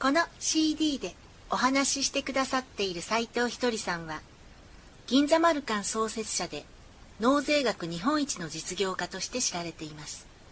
この CD でお話ししてくださっている斉藤ひとりさんは、銀座マルカン創設者で納税額日本一の実業家として知られています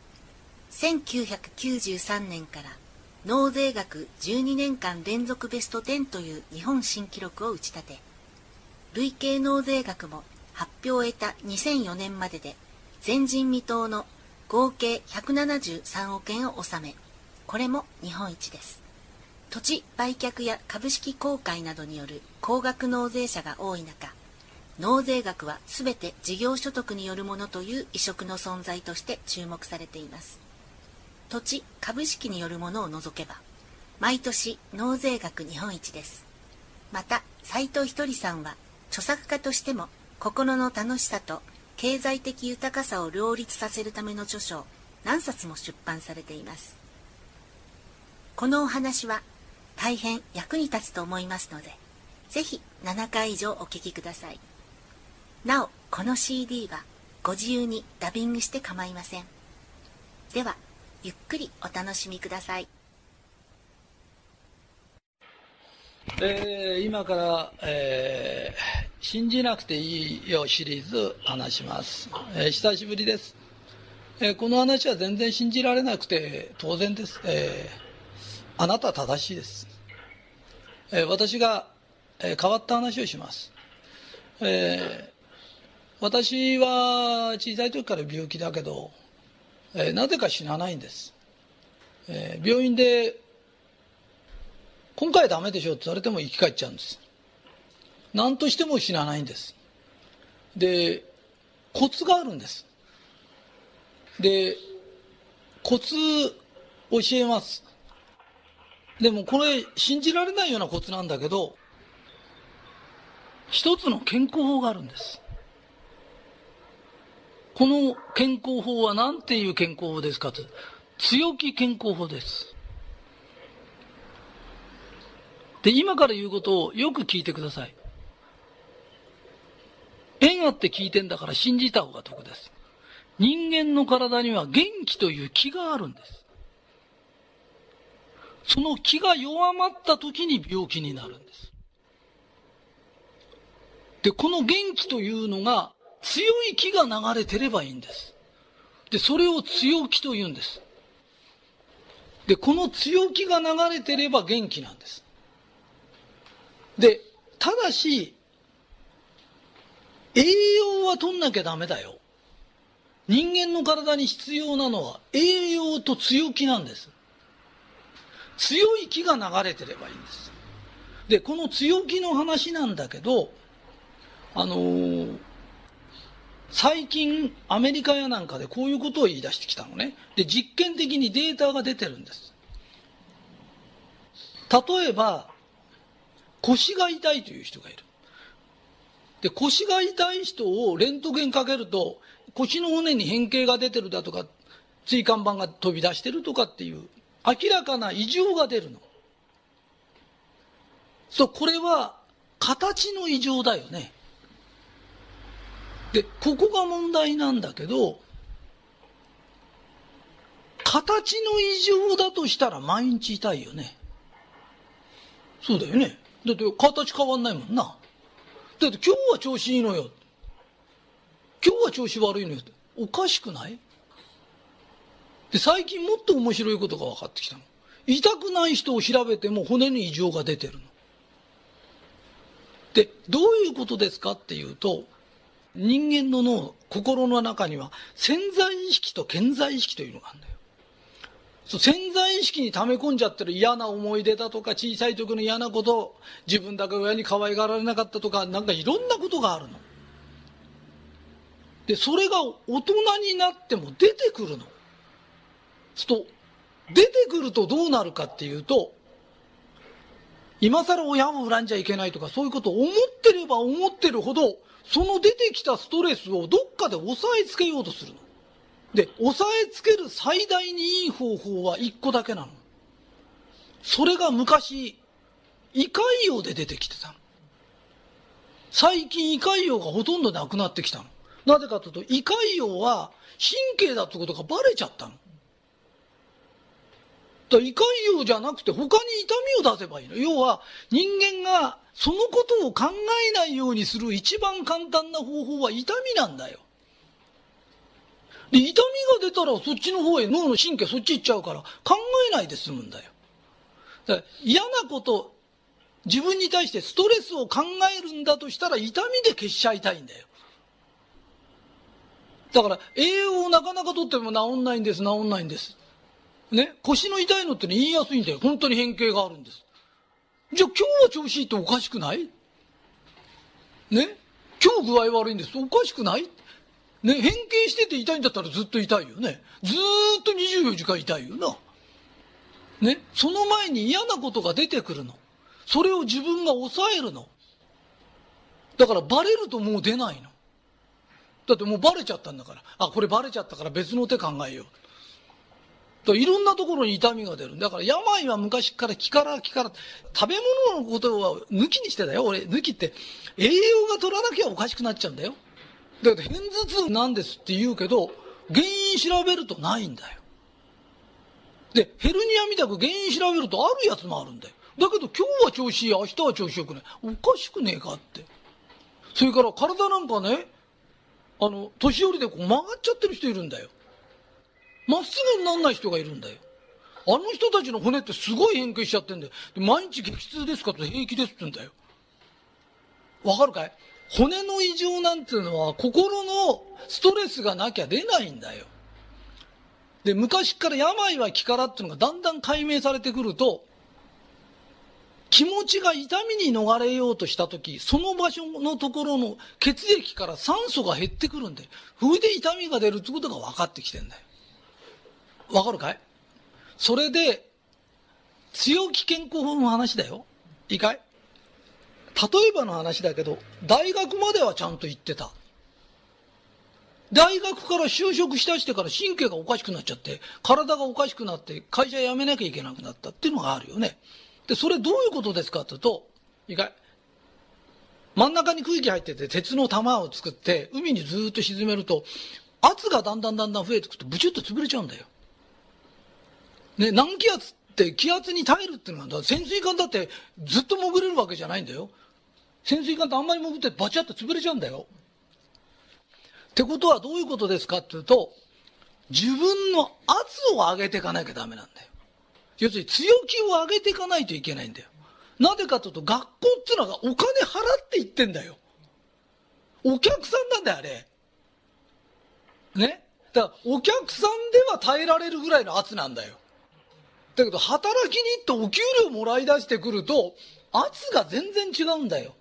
。1993年から納税額12年間連続ベスト10という日本新記録を打ち立て、累計納税額も発表を得た2004年までで前人未到の合計173億円を納め、これも日本一です。土地売却や株式公開などによる高額納税者が多い中、納税額はすべて事業所得によるものという異色の存在として注目されています。土地・株式によるものを除けば、毎年納税額日本一です。また、斉藤ひとりさんは著作家としても心の楽しさと経済的豊かさを両立させるための著書を何冊も出版されています。このお話は大変役に立つと思いますので、ぜひ7回以上お聞きください。なお、この CD はご自由にダビングして構いません。では、ゆっくりお楽しみください。 今から、信じなくていいよシリーズ話します。久しぶりです。この話は全然信じられなくて当然です。あなたは正しいです。私が、変わった話をします。私は小さい時から病気だけど、なぜか死なないんです。病院で今回はダメでしょって言われても生き返っちゃうんです。何としても死なないんです。で、コツがあるんです。で、コツ教えます。でもこれ信じられないようなコツなんだけど、一つの健康法があるんです。この健康法は何ていう健康法ですかと、強気健康法です。で、今から言うことをよく聞いてください。縁あって聞いてんだから信じた方が得です。人間の体には元気という気があるんです。その気が弱まった時に病気になるんです。で、この元気というのが強い気が流れてればいいんです。で、それを強気と言うんです。で、この強気が流れてれば元気なんです。で、ただし、栄養は取んなきゃダメだよ。人間の体に必要なのは栄養と強気なんです。強い気が流れてればいいんです。で、この強気の話なんだけど、最近アメリカやなんかでこういうことを言い出してきたのね。で、実験的にデータが出てるんです。例えば、腰が痛いという人がいる。で、腰が痛い人をレントゲンかけると、腰の骨に変形が出てるだとか、椎間板が飛び出してるとかっていう、明らかな異常が出るの。そう、これは、形の異常だよね。で、ここが問題なんだけど、形の異常だとしたら毎日痛いよね。そうだよね。だって形変わんないもんな。だって今日は調子いいのよ。今日は調子悪いのよって。おかしくない？で、最近もっと面白いことが分かってきたの。痛くない人を調べても骨に異常が出てるの。で、どういうことですかっていうと、人間の脳、心の中には潜在意識と顕在意識というのがあるんだよ。潜在意識に溜め込んじゃってる嫌な思い出だとか、小さい時の嫌なこと、自分だけ親に可愛がられなかったとか、なんかいろんなことがあるの。で、それが大人になっても出てくるの。出てくるとどうなるかっていうと、今更親を恨んじゃいけないとか、そういうことを思ってれば思ってるほど、その出てきたストレスをどっかで抑えつけようとするの。で、抑えつける最大にいい方法は一個だけなの。それが昔、胃潰瘍で出てきてたの。最近胃潰瘍がほとんどなくなってきたの。なぜかというと、胃潰瘍は神経だってことがバレちゃったの。 だから胃潰瘍じゃなくて他に痛みを出せばいいの。要は人間がそのことを考えないようにする一番簡単な方法は痛みなんだよ。で、痛みが出たらそっちの方へ脳の神経そっち行っちゃうから考えないで済むんだよ。だから嫌なこと、自分に対してストレスを考えるんだとしたら痛みで消しちゃいたいんだよ。だから栄養をなかなかとっても治んないんです。ね、腰の痛いのってね、言いやすいんだよ。本当に変形があるんです。じゃあ今日は調子いいっておかしくない？ね、今日具合悪いんです。おかしくない？ね、変形してて痛いんだったらずっと痛いよね。ずーっと24時間痛いよな。ね、その前に嫌なことが出てくるの。それを自分が抑えるの。だからバレるともう出ないの。だってもうバレちゃったんだから。あ、これバレちゃったから別の手考えよう。だからいろんなところに痛みが出る。だから病は昔から気から食べ物のことは抜きにしてだよ。俺抜きって栄養が取らなきゃおかしくなっちゃうんだよ。だけど片頭痛なんですって言うけど原因調べるとないんだよ。でヘルニアみたく原因調べるとあるやつもあるんだよ。だけど今日は調子いい、明日は調子よくない。おかしくねえかって。それから体なんかね、年寄りでこう曲がっちゃってる人いるんだよ。まっすぐになんない人がいるんだよ。あの人たちの骨ってすごい変形しちゃってんだよ。で毎日激痛ですかって平気ですって言うんだよ。わかるかい？骨の異常なんていうのは心のストレスがなきゃ出ないんだよ。で、昔から病は気からっていうのがだんだん解明されてくると、気持ちが痛みに逃れようとしたとき、その場所のところの血液から酸素が減ってくるんで、それで痛みが出るってことが分かってきてんだよ。わかるかい？それで、強気健康法の話だよ。いいかい？例えばの話だけど、大学まではちゃんと行ってた。大学から就職しだしてから神経がおかしくなっちゃって、体がおかしくなって会社辞めなきゃいけなくなったっていうのがあるよね。で、それどういうことですかって言うと、いいかい？真ん中に空気入ってて鉄の玉を作って海にずーっと沈めると、圧がだんだん増えてくるとブチュッと潰れちゃうんだよ。ね、難気圧って気圧に耐えるっていうのは、潜水艦だってずっと潜れるわけじゃないんだよ。潜水艦ってあんまり潜ってバチャッと潰れちゃうんだよ。ってことはどういうことですかっていうと、自分の圧を上げていかなきゃダメなんだよ。要するに強気を上げていかないといけないんだよ。なぜかというと、学校っていうのがお金払っていってんだよ。お客さんなんだよ、あれ。ね。だからお客さんでは耐えられるぐらいの圧なんだよ。だけど働きに行ってお給料もらい出してくると圧が全然違うんだよ。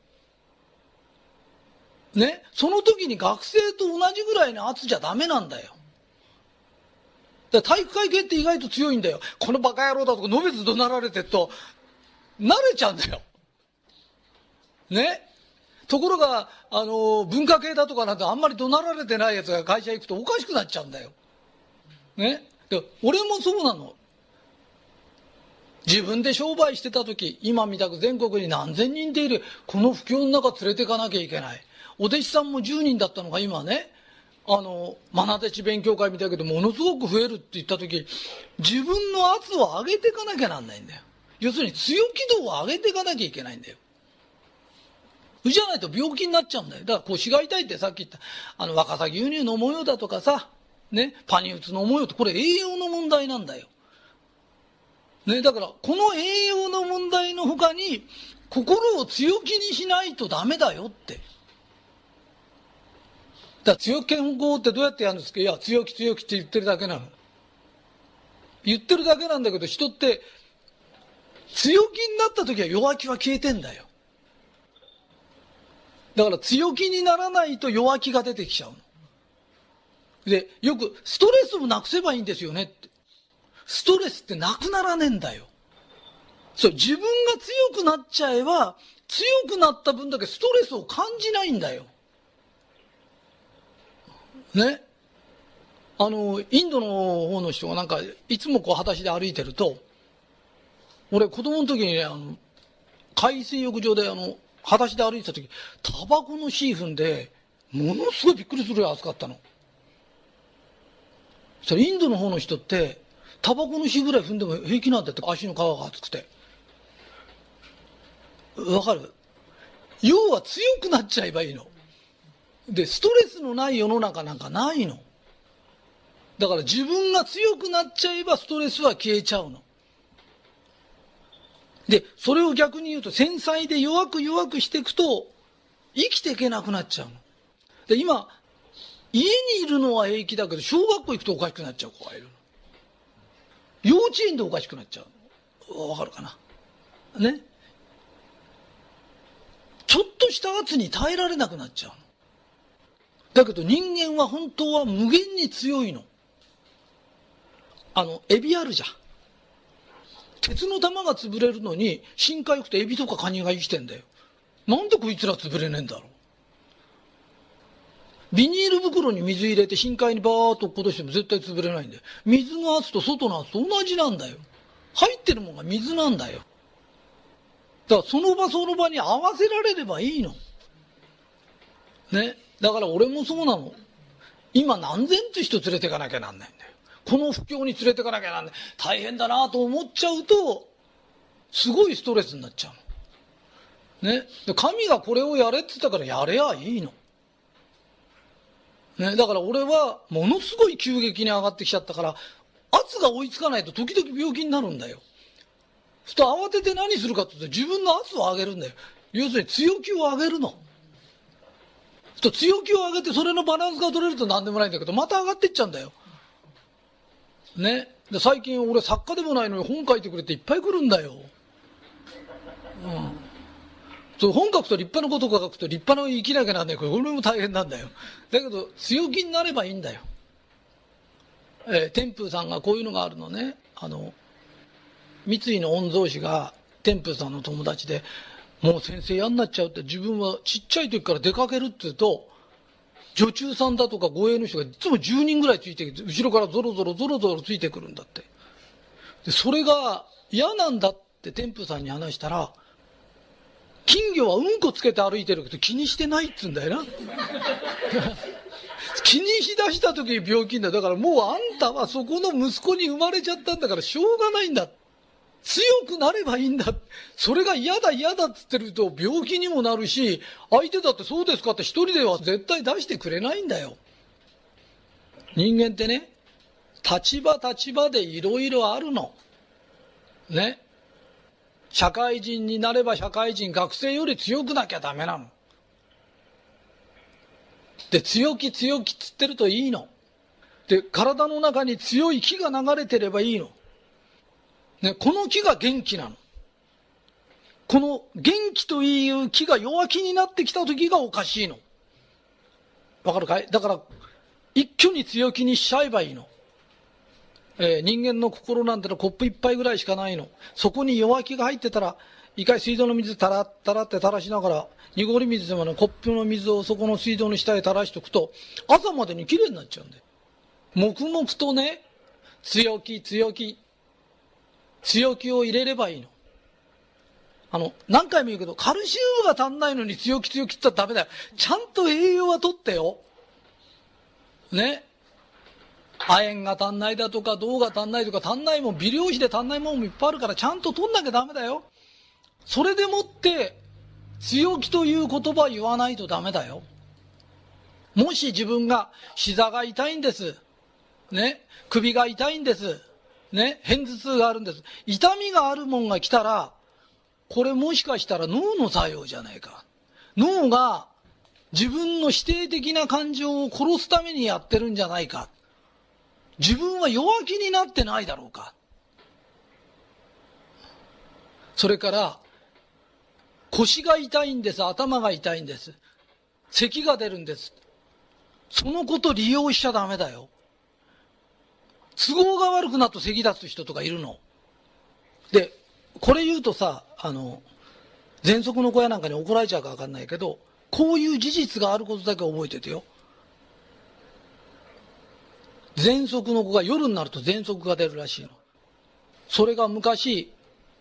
ね、その時に学生と同じぐらいの圧じゃダメなんだよ。だから体育会系って意外と強いんだよ。このバカ野郎だとかのべつ怒鳴られてると慣れちゃうんだよ。ね。ところが文化系だとかなんてあんまり怒鳴られてないやつが会社行くとおかしくなっちゃうんだよ。ね。で俺もそうなの。自分で商売してた時、今みたく全国に何千人っている、この不況の中連れていかなきゃいけない。お弟子さんも10人だったのが今ね、マナ弟子勉強会みたいだけどものすごく増えるって言った時、自分の圧を上げていかなきゃなんないんだよ。要するに強気度を上げていかなきゃいけないんだよ。じゃないと病気になっちゃうんだよ。だから腰が痛いってさっき言ったワカサギ牛乳飲もうよだとかさ、ね、パニューツ飲もうよって、これ栄養の問題なんだよ。ね、だからこの栄養の問題の他に心を強気にしないとダメだよって。だから強気健康ってどうやってやるんですか？いや、強気って言ってるだけなの。言ってるだけなんだけど、人って強気になった時は弱気は消えてんだよ。だから強気にならないと弱気が出てきちゃうの。で、よくストレスもなくせばいいんですよねって。ストレスってなくならねえんだよ。そう、自分が強くなっちゃえば、強くなった分だけストレスを感じないんだよ。ね。インドの方の人がなんか、いつもこう裸足で歩いてると、俺子供の時にね、海水浴場で裸足で歩いてた時、タバコの火踏んで、ものすごいびっくりするぐらい暑かったの。それインドの方の人って、 タバコの火ぐらい踏んでも平気なんだって、足の皮が厚くて。わかる？要は強くなっちゃえばいいの。で、ストレスのない世の中なんかないの。だから自分が強くなっちゃえばストレスは消えちゃうの。で、それを逆に言うと、繊細で弱くしていくと、生きていけなくなっちゃうの。で、今、家にいるのは平気だけど、小学校行くとおかしくなっちゃう子がいるの。幼稚園でおかしくなっちゃう。わかるかな？ね。ちょっとした圧に耐えられなくなっちゃうの。だけど人間は本当は無限に強いの。エビあるじゃん。鉄の玉が潰れるのに、深海行くとエビとかカニが生きてんだよ。なんでこいつら潰れねえんだろう。ビニール袋に水入れて深海にバーッと落っことしても絶対潰れないんだよ。水の圧と外の圧と同じなんだよ。入ってるもんが水なんだよ。だからその場その場に合わせられればいいの。ね。だから俺もそうなの。今何千って人連れてかなきゃなんないんだよ。この不況に連れてかなきゃなんない。大変だなと思っちゃうと、すごいストレスになっちゃうの。ね。で神がこれをやれって言ったからやれやいいの。ね。だから俺はものすごい急激に上がってきちゃったから、圧が追いつかないと時々病気になるんだよ。すると慌てて何するかって言うと自分の圧を上げるんだよ。要するに強気を上げるの。と強気を上げてそれのバランスが取れると何でもないんだけど、また上がっていっちゃうんだよ。ね。で最近俺作家でもないのに本書いてくれていっぱい来るんだよ。そう本書くと立派なこと書くと立派な生きなきゃなんないから、これも大変なんだよ。だけど強気になればいいんだよ。天風さんがこういうのがあるのね。三井の御曹司が天風さんの友達で、もう先生嫌になっちゃうって、自分はちっちゃい時から出かけるって言うと、女中さんだとか護衛の人がいつも10人ぐらいついてきて、後ろからゾロゾロついてくるんだって。でそれが嫌なんだって天風さんに話したら、金魚はうんこつけて歩いてるけど気にしてないっつうんだよな。気にしだした時に病気になる。だからもうあんたはそこの息子に生まれちゃったんだからしょうがないんだ。強くなればいいんだ。それが嫌だっつってると病気にもなるし、相手だってそうですかって一人では絶対出してくれないんだよ。人間ってね、立場でいろいろあるの。ね。社会人になれば社会人、学生より強くなきゃダメなの。で、強気っつってるといいの。で、体の中に強い気が流れてればいいの。ね、この気が元気なの。この元気という気が弱気になってきた時がおかしいの。わかるかい？だから、一挙に強気にしちゃえばいいの。人間の心なんてのはコップ一杯ぐらいしかないの。そこに弱気が入ってたら、一回水道の水タラッタラって垂らしながら、濁り水でもね、コップの水をそこの水道の下へ垂らしておくと、朝までにきれいになっちゃうんだよ。黙々とね、強気を入れればいいの。何回も言うけど、カルシウムが足んないのに強気って言ったらダメだよ。ちゃんと栄養は取ってよ。ね。亜鉛が足んないだとか、銅が足んないとか、足んないもん、微量子で足んないもんもいっぱいあるから、ちゃんと取んなきゃダメだよ。それでもって、強気という言葉言わないとダメだよ。もし自分が膝が痛いんです。ね。首が痛いんです。ね。片頭痛があるんです。痛みがあるもんが来たら、これもしかしたら脳の作用じゃないか。脳が自分の否定的な感情を殺すためにやってるんじゃないか。自分は弱気になってないだろうか。それから、腰が痛いんです。頭が痛いんです。咳が出るんです。そのこと利用しちゃダメだよ。都合が悪くなると咳出す人とかいるの。で、これ言うとさ、喘息の小屋なんかに怒られちゃうか分かんないけど、こういう事実があることだけ覚えててよ。喘息の子が夜になると喘息が出るらしいの。それが昔、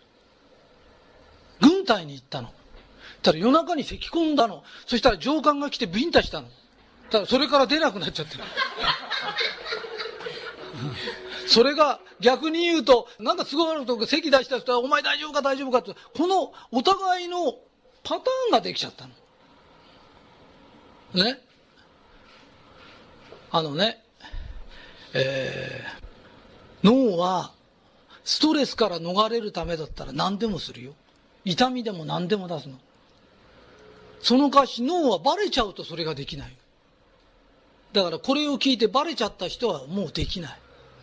軍隊に行ったの。ただ夜中に咳込んだの。そしたら上官が来てビンタしたの。ただそれから出なくなっちゃってる。 それが逆に言うと、なんかすごいとか咳出した人は、お前大丈夫か大丈夫かって、このお互いのパターンができちゃったの。ね。脳はストレスから逃れるためだったら何でもするよ。痛みでも何でも出すの。その代わし脳はバレちゃうとそれができない。だからこれを聞いてバレちゃった人はもうできない。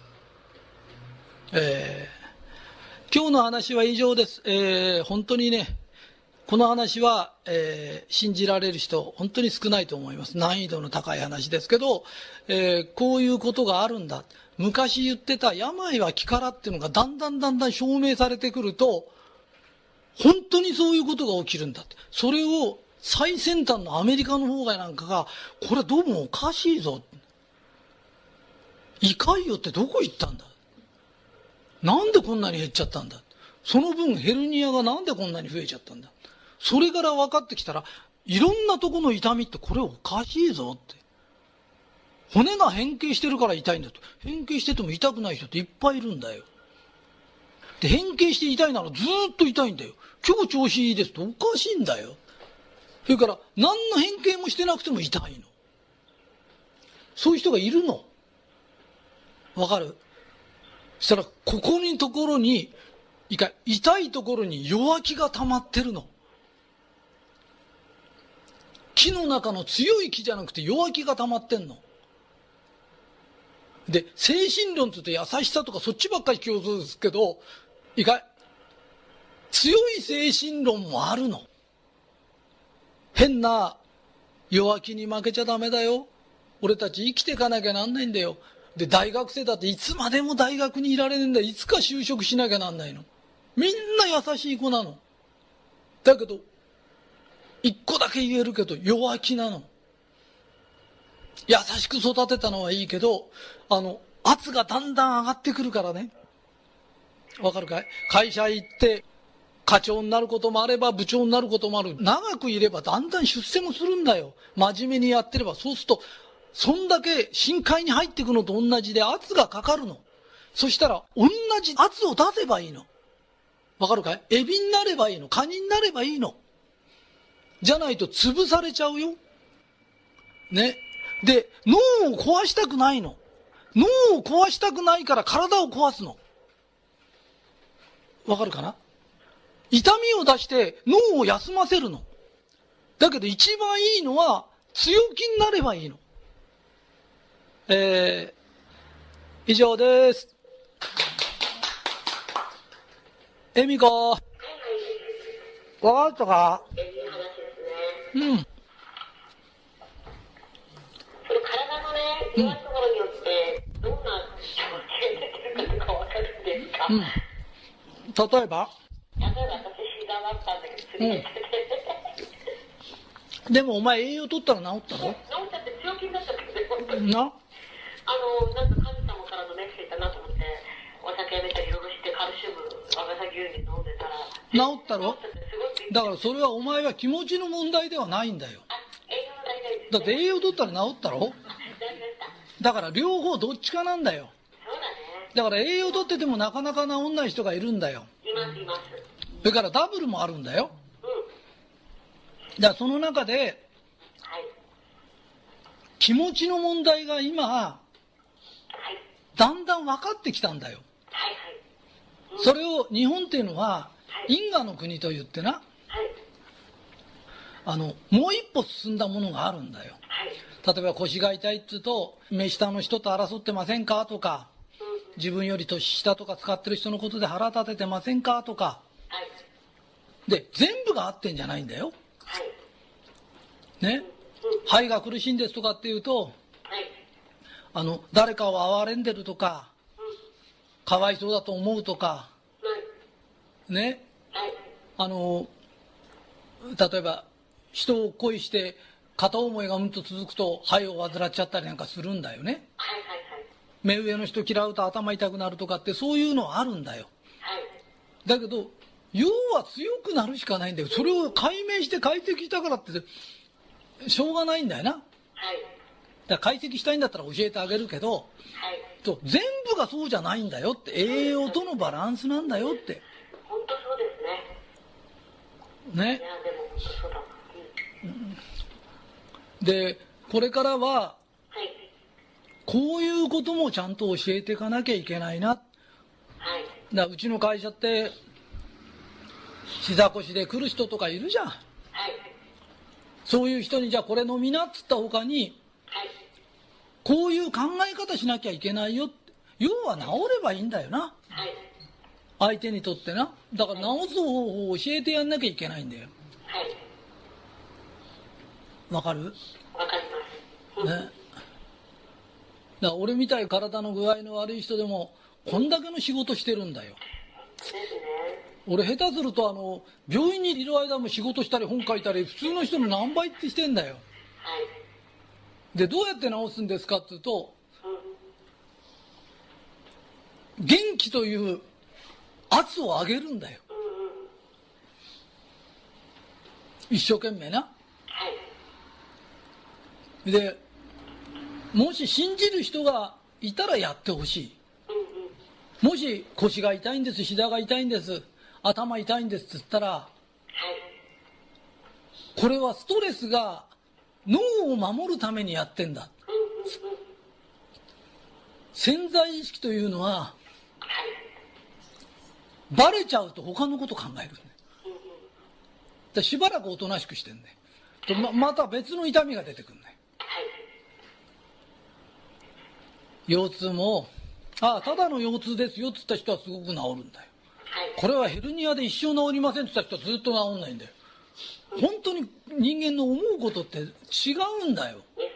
今日の話は以上です。本当にね、この話は、信じられる人本当に少ないと思います。難易度の高い話ですけど、こういうことがあるんだ。昔言ってた病は気からっていうのがだんだん証明されてくると、本当にそういうことが起きるんだって。それを最先端のアメリカの方がなんかが、これどうもおかしいぞ。胃潰瘍ってどこ行ったんだ。なんでこんなに減っちゃったんだ。その分ヘルニアがなんでこんなに増えちゃったんだ。それから分かってきたら、いろんなとこの痛みってこれおかしいぞって。骨が変形してるから痛いんだと。変形してても痛くない人っていっぱいいるんだよ。で、変形して痛いならずーっと痛いんだよ。今日調子いいですとおかしいんだよ。それから何の変形もしてなくても痛いの。そういう人がいるの。わかる？そしたらここにところに、痛いところに弱気が溜まってるの。木の中の強い木じゃなくて弱気が溜まってんの。で、精神論って言うと優しさとかそっちばっかり強調ですけど、強い精神論もあるの。変な弱気に負けちゃダメだよ。俺たち生きていかなきゃなんないんだよ。で、大学生だっていつまでも大学にいられねえんだよ。いつか就職しなきゃなんないの。みんな優しい子なの。だけど、一個だけ言えるけど弱気なの。優しく育てたのはいいけど、圧がだんだん上がってくるからね。わかるかい？会社行って、課長になることもあれば部長になることもある。長くいればだんだん出世もするんだよ。真面目にやってれば。そうすると、そんだけ深海に入っていくのと同じで圧がかかるの。そしたら、同じ圧を出せばいいの。わかるかい？エビになればいいの。カニになればいいの。じゃないと潰されちゃうよ。ね。で、脳を壊したくないの。脳を壊したくないから体を壊すの。わかるかな？痛みを出して脳を休ませるの。だけど一番いいのは強気になればいいの。以上です。恵美子。わかったか？うん。 その体のね、弱いところによって、どんな症状が出てるかとかわかるんですか？ うん。例えば私、膝だったんだけど、すり減ってて。 でもお前栄養取ったら治ったろ？ 治っちゃって強気になっちゃって、本当に。 な？ なんか神様からのメッセージだなと思って、お酒やめたりいろいろしてカルシウム、ワガサ牛乳飲んでたら、 治ったろ？ 治っちゃってすごい。 だからそれはお前は気持ちの問題ではないんだよ。 栄養の大事ですね。 だって栄養取ったら治ったろ？ 大事でした。 だから両方どっちかなんだよ。 そうだね。 だから栄養取っててもなかなか治んない人がいるんだよ。 います、います。 それからダブルもあるんだよ。 うん。 だからその中ではい。 気持ちの問題が今はい。 だんだん分かってきたんだよ。 はいはい。 それを日本っていうのは因果の国と言ってな、 はい。 もう一歩進んだものがあるんだよ。 はい。 例えば腰が痛いって言うと、目下の人と争ってませんかとか、自分より年下とか使ってる人のことで腹立ててませんかとか、 はい。 で、全部が合ってんじゃないんだよ。 はい。 ね。肺が苦しいんですとかって言うと、 はい。 誰かを憐れんでるとか、かわいそうだと思うとか、 はい。 ね。 はい。 例えば、人を恋して片思いがと続くと肺を患っちゃったりなんかするんだよね。 はい。はい。 目上の人嫌うと頭痛くなるとかってそういうのはあるんだよ。 はい。 だけど、要は強くなるしかないんだよ。それを解明して解析したからってしょうがないんだよな。だかはい。 ら解析したいんだったら教えてあげるけど、 はい。 全部がそうじゃないんだよって、栄養とのバランスなんだよって。 本当そうですね。 ね。 いや、でも本当そうだわ。 で、これからは、 はい。 こういうこともちゃんと教えていかなきゃいけないな。 はい。 だうちの会社って、膝腰で来る人とかいるじゃん。 はい。 そういう人に、じゃあこれ飲みなっつった他に、 はい。 こういう考え方しなきゃいけないよって。要は治ればいいんだよな。 はい。 相手にとってな。だから治す方法を教えてやんなきゃいけないんだよ。 はい。 わかる？ わかります。 ね。だから俺みたい体の具合の悪い人でも、こんだけの仕事してるんだよ。 ですね。 俺下手すると病院にいる間も仕事したり本書いたり、普通の人の何倍ってしてんだよ。 はい。 で、どうやって治すんですかっていうと、 うん。 元気という圧を上げるんだよ。一生懸命な。 はい。 で、もし信じる人がいたらやってほしい。もし腰が痛いんです、膝が痛いんです、頭痛いんですって言ったら、 はい。 これはストレスが脳を守るためにやってんだ。潜在意識というのは、バレちゃうと他のこと考えるんだよ。でしばらくおとなしくしてんだよ。また別の痛みが出てくるんだよ。腰痛も、ただの腰痛ですよって言った人はすごく治るんだよ。これはヘルニアで一生治りませんって言った人はずっと治んないんだよ。本当に人間の思うことって違うんだよ。 そう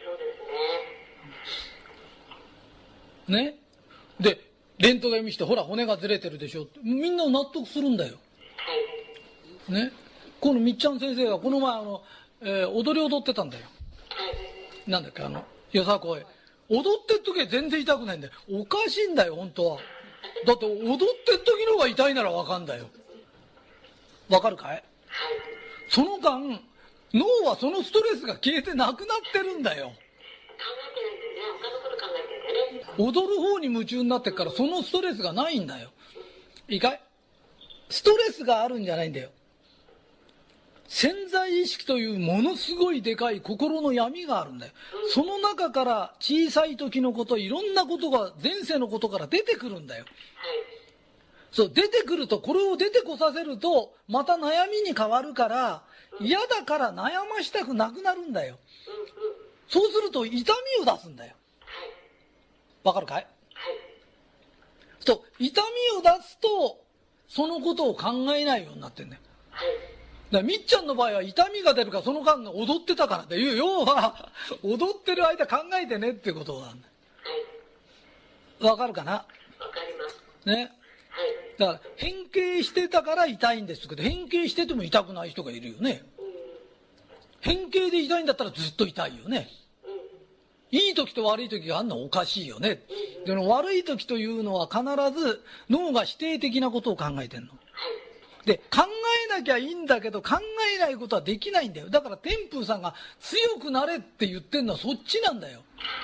ですね。で、レントゲン見して、ほら骨がずれてるでしょって、みんな納得するんだよ。ね。このみっちゃん先生がこの前踊り踊ってたんだよ。なんだっけよさこい。踊ってる時は全然痛くないんだよ。おかしいんだよ本当は。だって踊ってる時の方が痛いならわかんだよ。わかるかい？その間脳はそのストレスが消えてなくなってるんだよ。 考えてないんだよね。他のこと考えてるんだよね。 踊る方に夢中になってっからそのストレスがないんだよ。いいかい？ストレスがあるんじゃないんだよ。潜在意識というものすごいでかい心の闇があるんだよ。その中から小さい時のこと、いろんなことが前世のことから出てくるんだよ。そう出てくると、これを出てこさせるとまた悩みに変わるから、嫌だから悩ましたくなくなるんだよ。そうすると痛みを出すんだよ。わかるかい？と痛みを出すとそのことを考えないようになってんだよ。だからみっちゃんの場合は痛みが出るからその間が踊ってたからっていう、要は踊ってる間考えてねってことなんだ。わかるかな？ わかります。 ね。だから変形してたから痛いんですけど、変形してても痛くない人がいるよね。変形で痛いんだったらずっと痛いよね。いい時と悪い時があんのおかしいよね。でも悪い時というのは必ず脳が否定的なことを考えてんの。で、考えなきゃいいんだけど考えないことはできないんだよ。だから天風さんが強くなれって言ってんのはそっちなんだよ。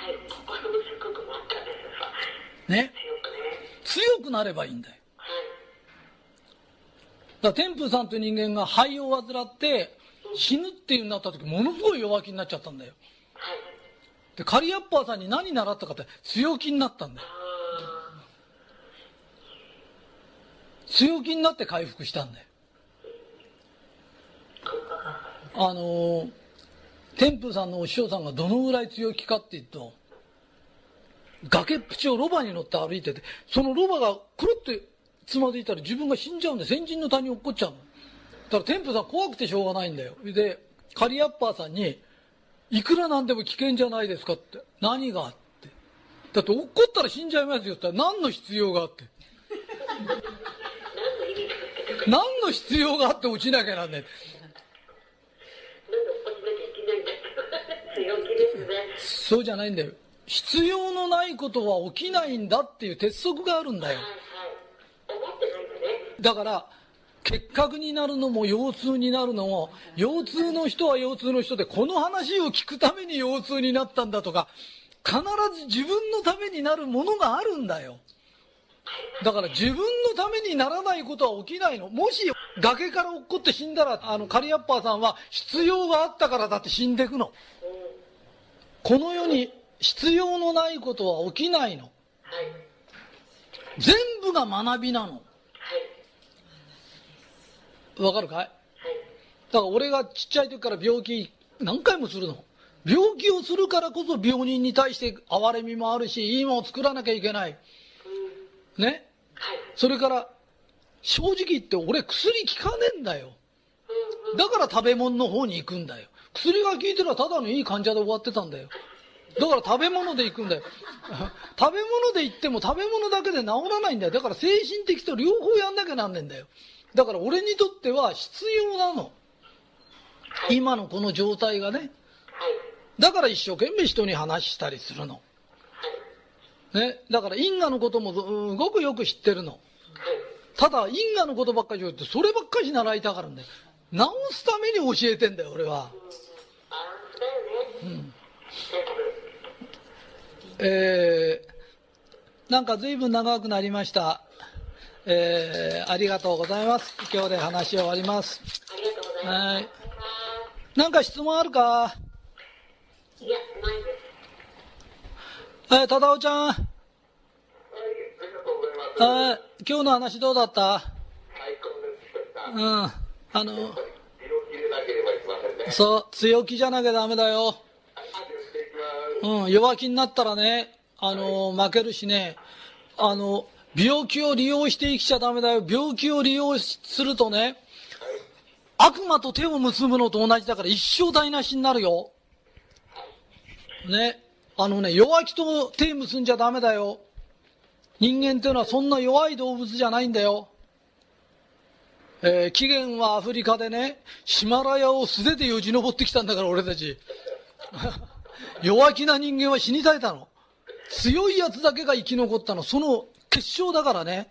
ね。強くなればいいんだよ。だから天風さんという人間が肺を患って死ぬっていうなった時ものすごい弱気になっちゃったんだよ。でカリアッパーさんに何習ったかって強気になったんだよ。強気になって回復したんだよ。天風さんのお師匠さんがどのぐらい強気かっていうと、崖っぷちをロバに乗って歩いてて、そのロバがくるってつまずいたら自分が死んじゃうんで、先人の谷に落っこっちゃうの。だから天風さん怖くてしょうがないんだよ。でカリアッパーさんにいくらなんでも危険じゃないですかって。何があって。だって落っこったら死んじゃいますよって言ったら、何の必要があって。何の必要があって落ちなきゃなんない。そうじゃないんだよ。必要のないことは起きないんだっていう鉄則があるんだよ。だから結核になるのも腰痛になるのも、腰痛の人は腰痛の人でこの話を聞くために腰痛になったんだとか、 必ず自分のためになるものがあるんだよ。だから自分のためにならないことは起きないの。もし崖から落っこって死んだら、カリアッパーさんは必要があったからだって死んでいくの。この世に必要のないことは起きないの。全部が学びなの。わかるかい？だから俺がちっちゃい時から病気何回もするの。病気をするからこそ病人に対して憐れみもあるし、いいものを作らなきゃいけない。ね。それから、正直言って俺薬効かねえんだよ。だから食べ物の方に行くんだよ。薬が効いてるらただのいい患者で終わってたんだよ。だから食べ物で行くんだよ。食べ物で行っても食べ物だけで治らないんだよ。だから精神的と両方やんなきゃなんねえんだよ。だから俺にとっては必要なの。今のこの状態がね。だから一生懸命人に話したりするの。ね。だから因果のこともすごくよく知ってるの。ただ因果のことばっかり言ってそればっかり習いたがるんだよ。治すために教えてんだよ俺は。なんか随分長くなりました。ありがとうございます。今日で話終わります。 ありがとうございます。 はい。なんか質問あるか？ いや、ないです。 忠夫ちゃん。 はい、ありがとうございます。 今日の話どうだった？ 最高でした。 うん。 強気でなければいけませんね。 そう、強気じゃなきゃダメだよ。弱気になったらね、負けるしね、病気を利用して生きちゃダメだよ。病気を利用するとね、悪魔と手を結ぶのと同じだから一生台無しになるよ。ね。弱気と手結んじゃダメだよ。人間っていうのはそんな弱い動物じゃないんだよ。起源はアフリカでね、ヒマラヤを素手でよじ登ってきたんだから俺たち。弱気な人間は死に絶えたの。強いやつだけが生き残ったの。その結晶だからね。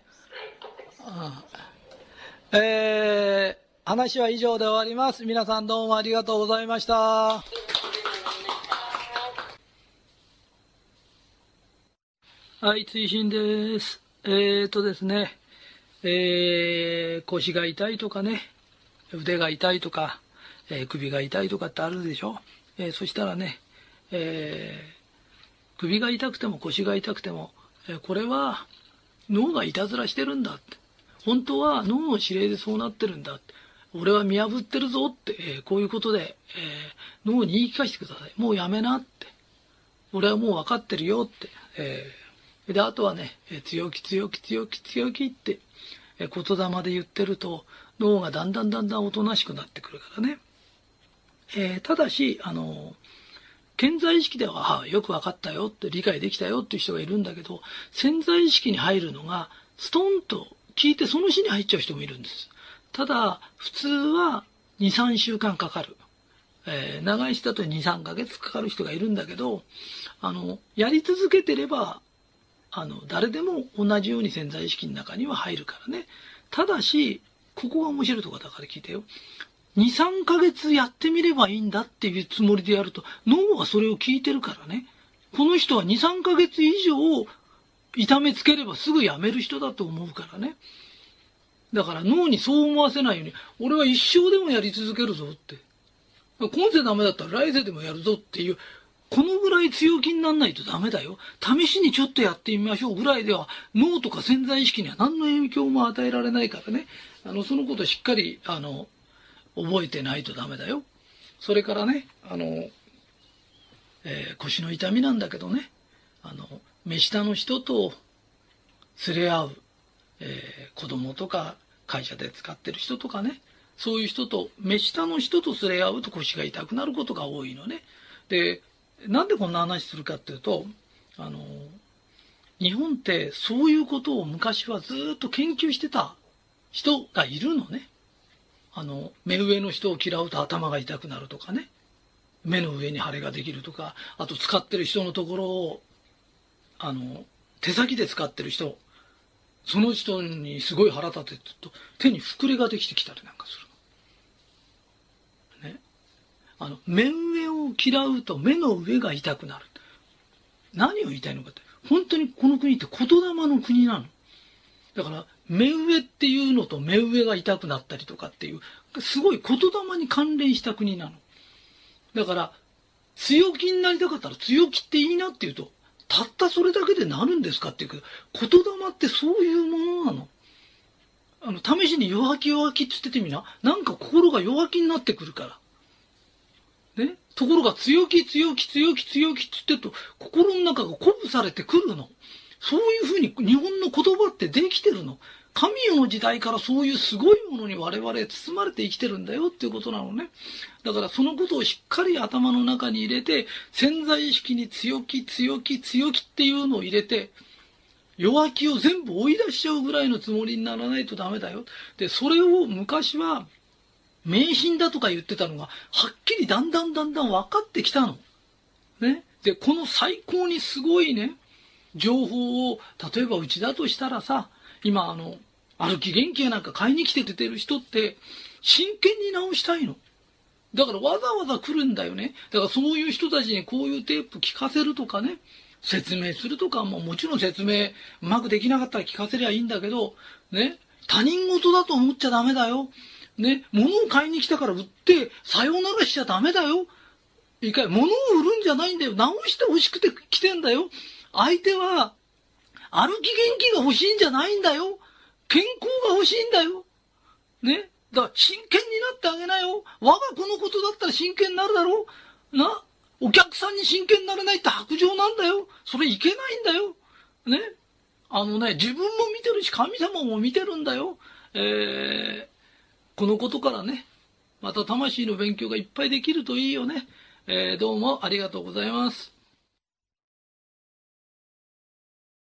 話は以上で終わります。皆さんどうもありがとうございました。はい、追伸です。ですね、腰が痛いとかね、腕が痛いとか、首が痛いとかってあるでしょ。そしたらね、首が痛くても腰が痛くても、これは脳がいたずらしてるんだって。本当は脳の指令でそうなってるんだって。俺は見破ってるぞって、こういうことで、脳に言い聞かせてください。もうやめなって。俺はもう分かってるよって。で、あとはね、強気強気強気強気って、言霊で言ってると、脳がだんだんおとなしくなってくるからね。ただし、潜在意識では、よく分かったよって、理解できたよっていう人がいるんだけど、潜在意識に入るのが、ストンと聞いてその日に入っちゃう人もいるんです。ただ、普通は2、3週間かかる。長い人だと2、3ヶ月かかる人がいるんだけど、やり続けてれば、誰でも同じように潜在意識の中には入るからね。ただし、ここが面白いところだから聞いてよ。2、3ヶ月やってみればいいんだっていうつもりでやると、脳はそれを聞いてるからね。この人は2、3ヶ月以上痛めつければすぐやめる人だと思うからね。だから脳にそう思わせないように、俺は一生でもやり続けるぞって。今世ダメだったら来世でもやるぞっていう、このぐらい強気にならないとダメだよ。試しにちょっとやってみましょうぐらいでは、脳とか潜在意識には何の影響も与えられないからね。そのことをしっかり、覚えてないとダメだよ。それからね、腰の痛みなんだけどね、目下の人と連れ合う、子供とか会社で使ってる人とかね、そういう人と、目下の人と連れ合うと腰が痛くなることが多いのね。で、なんでこんな話するかっていうと、日本ってそういうことを昔はずっと研究してた人がいるのね。目上の人を嫌うと頭が痛くなるとかね。目の上に腫れができるとか、あと使ってる人のところを、手先で使ってる人、その人にすごい腹立てると手に膨れができてきたりなんかするの。ね。目上を嫌うと目の上が痛くなる。 何を言いたいのかって、本当にこの国って言霊の国なの。だから、目上っていうのと目上が痛くなったりとかっていう、すごい言霊に関連した国なの。だから、強気になりたかったら強気っていいなって言うと、たったそれだけでなるんですかっていうけど、言霊ってそういうものなの。試しに弱気弱気って言っててみな。なんか心が弱気になってくるから。ね。ところが強気強気強気強気って言ってると、心の中が鼓舞されてくるの。そういうふうに日本の言葉ってできてるの。神代の時代からそういうすごいものに我々包まれて生きてるんだよっていうことなのね。だからそのことをしっかり頭の中に入れて、潜在意識に強気強気強気っていうのを入れて、弱気を全部追い出しちゃうぐらいのつもりにならないとダメだよ。で、それを昔は迷信だとか言ってたのが、はっきりだんだん分かってきたの。ね。で、この最高にすごいね、情報を、例えばうちだとしたらさ、今歩き元気やなんか買いに来てくれてる人って、真剣に直したいの。だからわざわざ来るんだよね。だからそういう人たちにこういうテープ聞かせるとかね、説明するとかも、もちろん説明うまくできなかったら聞かせりゃいいんだけど、ね、他人事だと思っちゃダメだよ。ね、物を買いに来たから売って、さようならしちゃダメだよ。いいかい、物を売るんじゃないんだよ。直して欲しくて来てんだよ。相手は、歩き元気が欲しいんじゃないんだよ。健康が欲しいんだよ。ね。だから真剣になってあげなよ。我が子のことだったら真剣になるだろう。な。お客さんに真剣になれないって白状なんだよ。それいけないんだよ。ね。自分も見てるし、神様も見てるんだよ。このことからね、また魂の勉強がいっぱいできるといいよね。どうもありがとうございます。